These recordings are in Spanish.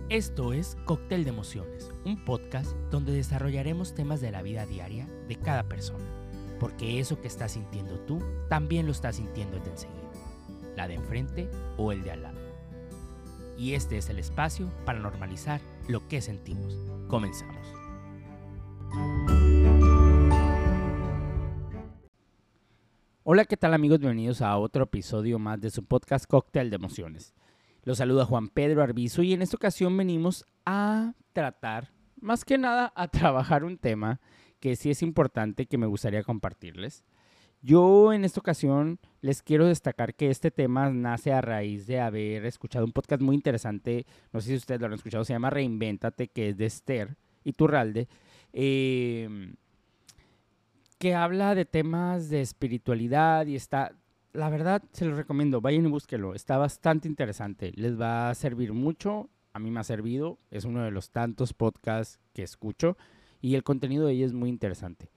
Esto es Cóctel de Emociones, un podcast donde desarrollaremos temas de la vida diaria de cada persona, porque eso que estás sintiendo tú también lo estás sintiendo el de enseguida, la de enfrente o el de al lado. Y este es el espacio para normalizar lo que sentimos. Comenzamos. Hola, ¿qué tal amigos? Bienvenidos a otro episodio más de su podcast Cóctel de Emociones. Los saluda Juan Pedro Arbizu y en esta ocasión venimos a tratar, más que nada a trabajar un tema que sí es importante que me gustaría compartirles. Yo en esta ocasión les quiero destacar que este tema nace a raíz de haber escuchado un podcast muy interesante, no sé si ustedes lo han escuchado, se llama Reinvéntate, que es de Esther Iturralde, que habla de temas de espiritualidad y está, la verdad se los recomiendo, vayan y búsquenlo, está bastante interesante, les va a servir mucho, a mí me ha servido, es uno de los tantos podcasts que escucho y el contenido de ella es muy interesante.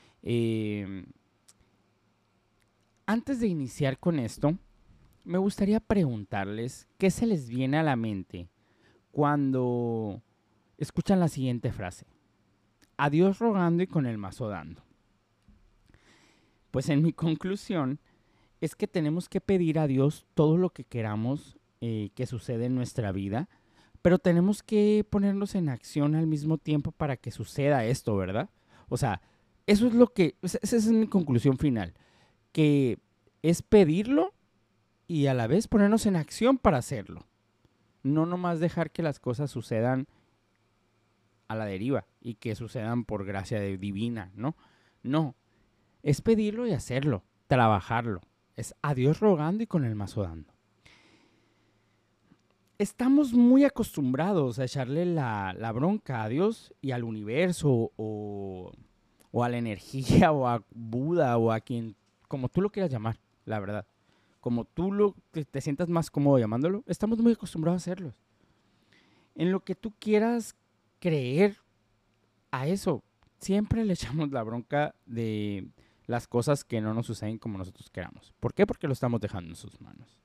Antes de iniciar con esto, me gustaría preguntarles qué se les viene a la mente cuando escuchan la siguiente frase: a Dios rogando y con el mazo dando. Pues en mi conclusión es que tenemos que pedir a Dios todo lo que queramos que suceda en nuestra vida, pero tenemos que ponernos en acción al mismo tiempo para que suceda esto, ¿verdad? O sea, eso es lo que, esa es mi conclusión final, que es pedirlo y a la vez ponernos en acción para hacerlo. No nomás dejar que las cosas sucedan a la deriva y que sucedan por gracia divina, ¿no? No, es pedirlo y hacerlo, trabajarlo. Es a Dios rogando y con el mazo dando. Estamos muy acostumbrados a echarle la bronca a Dios y al universo o a la energía o a Buda o a quien, como tú lo quieras llamar, la verdad. Como tú te sientas más cómodo llamándolo, estamos muy acostumbrados a hacerlo. En lo que tú quieras creer a eso, siempre le echamos la bronca de las cosas que no nos suceden como nosotros queramos. ¿Por qué? Porque lo estamos dejando en sus manos.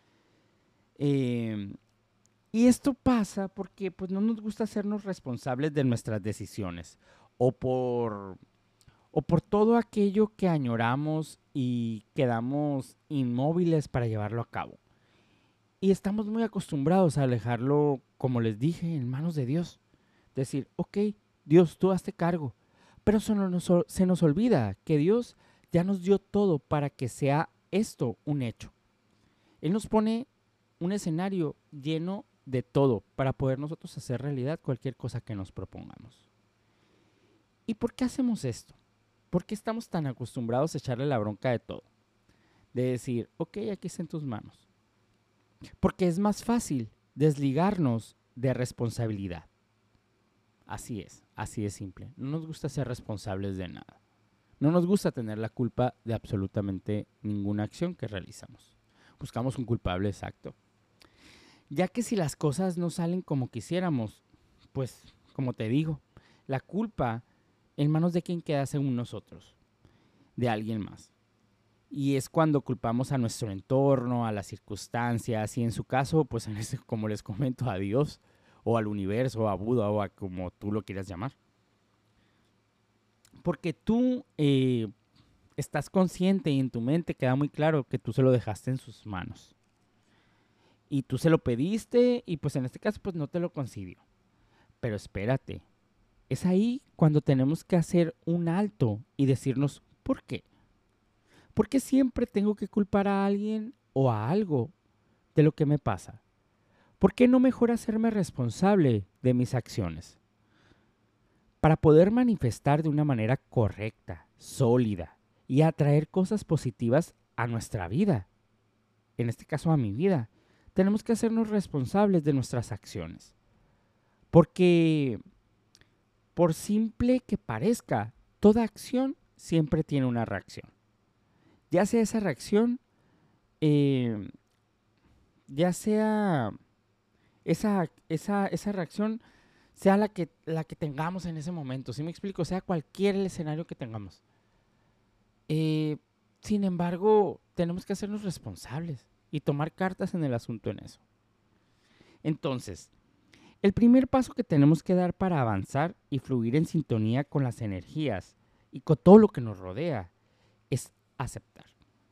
Y esto pasa porque pues, no nos gusta hacernos responsables de nuestras decisiones o por todo aquello que añoramos y quedamos inmóviles para llevarlo a cabo. Y estamos muy acostumbrados a dejarlo, como les dije, en manos de Dios. Decir, ok, Dios, tú hazte cargo. Pero se nos olvida que Dios ya nos dio todo para que sea esto un hecho. Él nos pone un escenario lleno de todo para poder nosotros hacer realidad cualquier cosa que nos propongamos. ¿Y por qué hacemos esto? ¿Por qué estamos tan acostumbrados a echarle la bronca de todo? De decir, ok, aquí está en tus manos. Porque es más fácil desligarnos de responsabilidad. Así es simple. No nos gusta ser responsables de nada. No nos gusta tener la culpa de absolutamente ninguna acción que realizamos. Buscamos un culpable exacto. Ya que si las cosas no salen como quisiéramos, pues, como te digo, la culpa en manos de quien queda según nosotros, de alguien más. Y es cuando culpamos a nuestro entorno, a las circunstancias, y en su caso, pues, como les comento, a Dios, o al universo, o a Buda, o a como tú lo quieras llamar. Porque tú estás consciente y en tu mente queda muy claro que tú se lo dejaste en sus manos. Y tú se lo pediste y pues en este caso pues no te lo concedió. Pero espérate, es ahí cuando tenemos que hacer un alto y decirnos ¿por qué? ¿Por qué siempre tengo que culpar a alguien o a algo de lo que me pasa? ¿Por qué no mejor hacerme responsable de mis acciones? Para poder manifestar de una manera correcta, sólida y atraer cosas positivas a nuestra vida, en este caso a mi vida, tenemos que hacernos responsables de nuestras acciones. Porque, por simple que parezca, toda acción siempre tiene una reacción. Ya sea esa reacción, ya sea esa reacción, sea la que tengamos en ese momento. ¿Sí me explico? Sea cualquier escenario que tengamos. Sin embargo, tenemos que hacernos responsables y tomar cartas en el asunto en eso. Entonces, El primer paso que tenemos que dar para avanzar y fluir en sintonía con las energías y con todo lo que nos rodea es aceptar.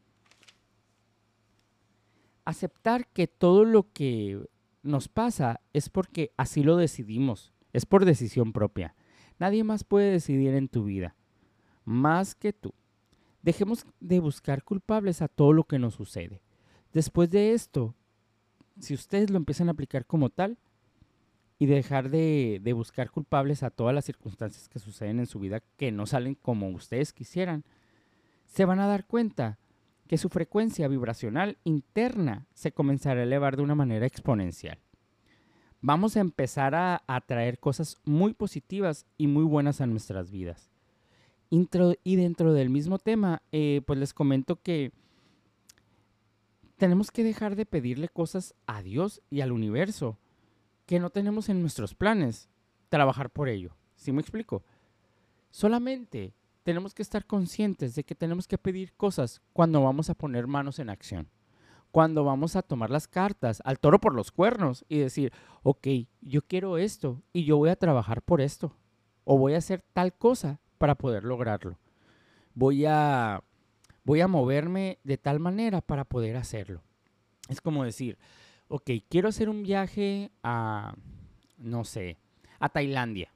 Aceptar que todo lo que nos pasa es porque así lo decidimos, es por decisión propia. Nadie más puede decidir en tu vida, más que tú. Dejemos de buscar culpables a todo lo que nos sucede. Después de esto, si ustedes lo empiezan a aplicar como tal y dejar de buscar culpables a todas las circunstancias que suceden en su vida que no salen como ustedes quisieran, se van a dar cuenta que su frecuencia vibracional interna se comenzará a elevar de una manera exponencial. Vamos a empezar a atraer cosas muy positivas y muy buenas a nuestras vidas. Y dentro del mismo tema, pues les comento que tenemos que dejar de pedirle cosas a Dios y al universo que no tenemos en nuestros planes, trabajar por ello. ¿Sí me explico? Solamente tenemos que estar conscientes de que tenemos que pedir cosas cuando vamos a poner manos en acción. Cuando vamos a tomar las cartas al toro por los cuernos y decir, ok, yo quiero esto y yo voy a trabajar por esto. O voy a hacer tal cosa para poder lograrlo. Voy a moverme de tal manera para poder hacerlo. Es como decir, ok, quiero hacer un viaje a, no sé, a Tailandia.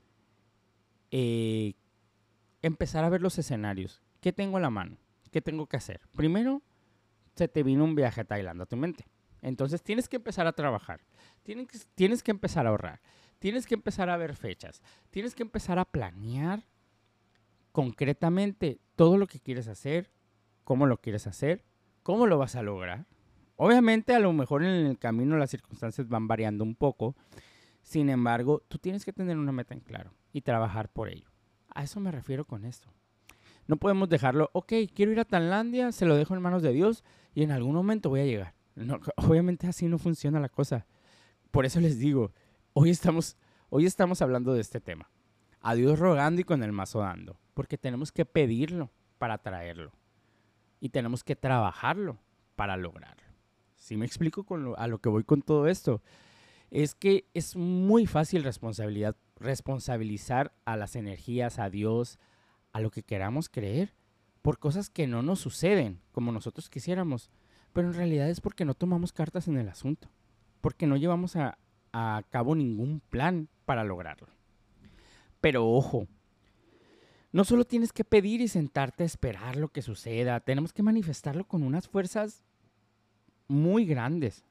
Empezar a ver los escenarios. ¿Qué tengo a la mano? ¿Qué tengo que hacer? Primero, se te vino un viaje a Tailandia a tu mente. Entonces tienes que empezar a trabajar. Tienes que empezar a ahorrar. Tienes que empezar a ver fechas. Tienes que empezar a planear concretamente todo lo que quieres hacer, cómo lo quieres hacer, cómo lo vas a lograr. Obviamente, a lo mejor en el camino las circunstancias van variando un poco. Sin embargo, tú tienes que tener una meta en claro y trabajar por ello. A eso me refiero con esto. No podemos dejarlo, ok, quiero ir a Tailandia, se lo dejo en manos de Dios y en algún momento voy a llegar. No, obviamente así no funciona la cosa. Por eso les digo, hoy estamos hablando de este tema. A Dios rogando y con el mazo dando. Porque tenemos que pedirlo para traerlo. Y tenemos que trabajarlo para lograrlo. ¿Sí me explico a lo que voy con todo esto? Es que es muy fácil responsabilizar a las energías, a Dios, a lo que queramos creer, por cosas que no nos suceden como nosotros quisiéramos. Pero en realidad es porque no tomamos cartas en el asunto. Porque no llevamos a cabo ningún plan para lograrlo. Pero ojo, no solo tienes que pedir y sentarte a esperar lo que suceda, tenemos que manifestarlo con unas fuerzas muy grandes.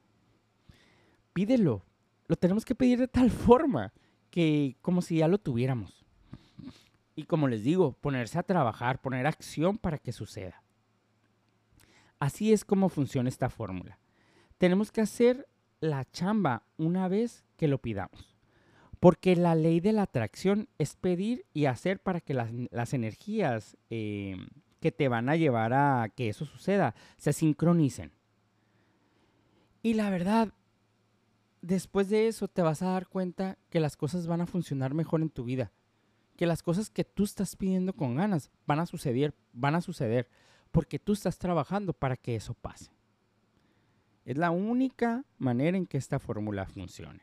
Pídelo, lo tenemos que pedir de tal forma que como si ya lo tuviéramos. Y como les digo, ponerse a trabajar, poner acción para que suceda. Así es como funciona esta fórmula. Tenemos que hacer la chamba una vez que lo pidamos. Porque la ley de la atracción es pedir y hacer para que las energías que te van a llevar a que eso suceda se sincronicen. Y la verdad, después de eso te vas a dar cuenta que las cosas van a funcionar mejor en tu vida. Que las cosas que tú estás pidiendo con ganas van a suceder porque tú estás trabajando para que eso pase. Es la única manera en que esta fórmula funcione.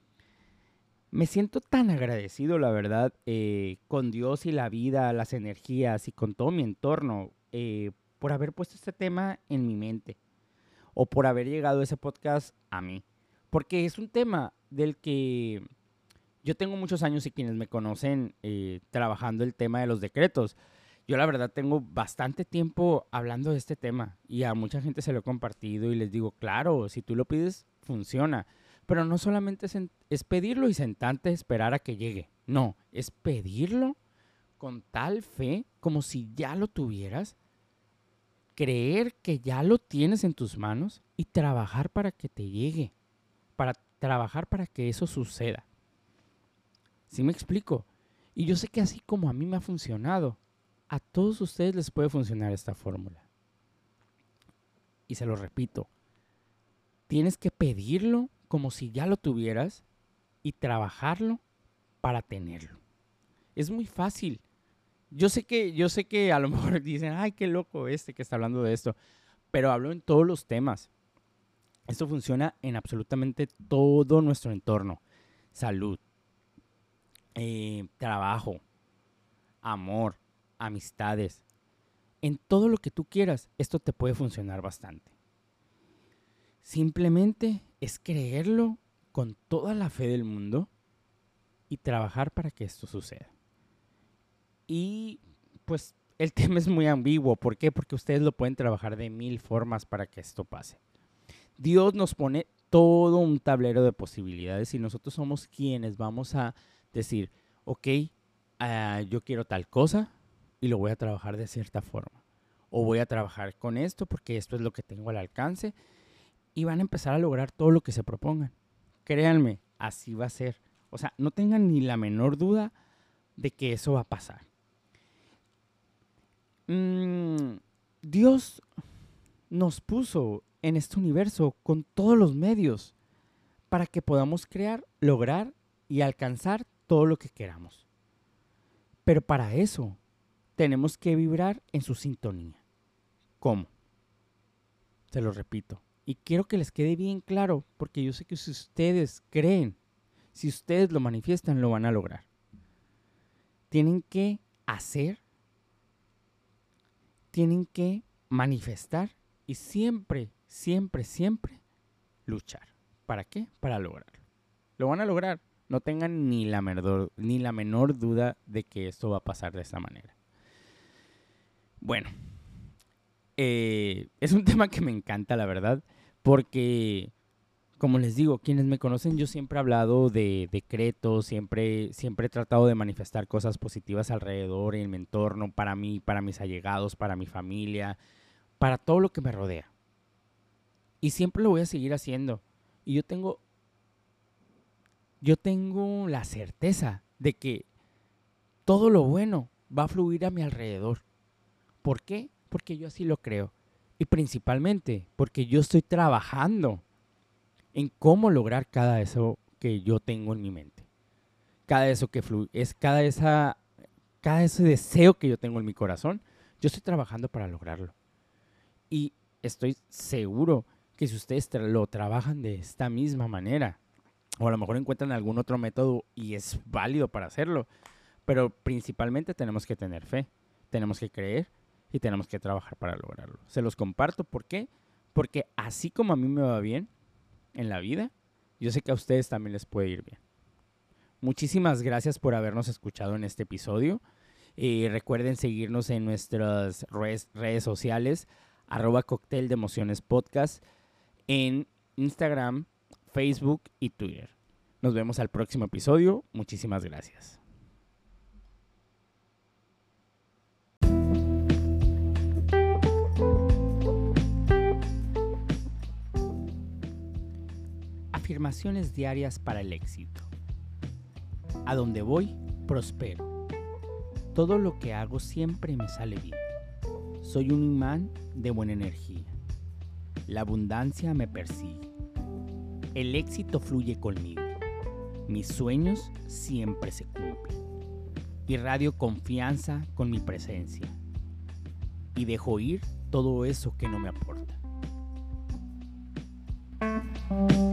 Me siento tan agradecido, la verdad, con Dios y la vida, las energías y con todo mi entorno por haber puesto este tema en mi mente o por haber llegado ese podcast a mí. Porque es un tema del que yo tengo muchos años y quienes me conocen trabajando el tema de los decretos. Yo la verdad tengo bastante tiempo hablando de este tema y a mucha gente se lo he compartido y les digo, claro, si tú lo pides, funciona. Pero no solamente es pedirlo y sentarte a esperar a que llegue. No, es pedirlo con tal fe como si ya lo tuvieras, creer que ya lo tienes en tus manos y trabajar para que te llegue, para trabajar para que eso suceda. ¿Sí me explico? Y yo sé que así como a mí me ha funcionado, a todos ustedes les puede funcionar esta fórmula. Y se lo repito, tienes que pedirlo como si ya lo tuvieras y trabajarlo para tenerlo. Es muy fácil. Yo sé que a lo mejor dicen, ay, qué loco que está hablando de esto, pero hablo en todos los temas. Esto funciona en absolutamente todo nuestro entorno. salud, trabajo, amor, amistades. En todo lo que tú quieras, esto te puede funcionar bastante. Simplemente es creerlo con toda la fe del mundo y trabajar para que esto suceda. Y pues el tema es muy ambiguo. ¿Por qué? Porque ustedes lo pueden trabajar de 1000 formas para que esto pase. Dios nos pone todo un tablero de posibilidades y nosotros somos quienes vamos a decir, ok, yo quiero tal cosa y lo voy a trabajar de cierta forma. O voy a trabajar con esto porque esto es lo que tengo al alcance y van a empezar a lograr todo lo que se propongan. Créanme, así va a ser. O sea, no tengan ni la menor duda de que eso va a pasar. Dios nos puso en este universo con todos los medios para que podamos crear, lograr y alcanzar todo lo que queramos. Pero para eso tenemos que vibrar en su sintonía. ¿Cómo? Se lo repito. Y quiero que les quede bien claro, porque yo sé que si ustedes creen, si ustedes lo manifiestan, lo van a lograr. Tienen que hacer, tienen que manifestar y siempre, siempre, siempre luchar. ¿Para qué? Para lograrlo. Lo van a lograr. No tengan ni la menor duda de que esto va a pasar de esta manera. Bueno, es un tema que me encanta, la verdad, porque, como les digo, quienes me conocen, yo siempre he hablado de decretos, siempre he tratado de manifestar cosas positivas alrededor, en mi entorno, para mí, para mis allegados, para mi familia, para todo lo que me rodea. Y siempre lo voy a seguir haciendo. Y yo tengo la certeza de que todo lo bueno va a fluir a mi alrededor. ¿Por qué? Porque yo así lo creo. Y principalmente porque yo estoy trabajando en cómo lograr cada eso que yo tengo en mi mente. Cada eso que fluye, cada ese deseo que yo tengo en mi corazón, yo estoy trabajando para lograrlo. Y estoy seguro que si ustedes lo trabajan de esta misma manera, o a lo mejor encuentran algún otro método y es válido para hacerlo, pero principalmente tenemos que tener fe, tenemos que creer y tenemos que trabajar para lograrlo. Se los comparto, ¿por qué? Porque así como a mí me va bien en la vida, yo sé que a ustedes también les puede ir bien. Muchísimas gracias por habernos escuchado en este episodio. Recuerden seguirnos en nuestras redes sociales, @Cóctel de Emociones Podcast, en Instagram, Facebook y Twitter. Nos vemos al próximo episodio. Muchísimas gracias. Afirmaciones diarias para el éxito. A donde voy, prospero. Todo lo que hago siempre me sale bien. Soy un imán de buena energía. La abundancia me persigue. El éxito fluye conmigo. Mis sueños siempre se cumplen. Irradio confianza con mi presencia. Y dejo ir todo eso que no me aporta.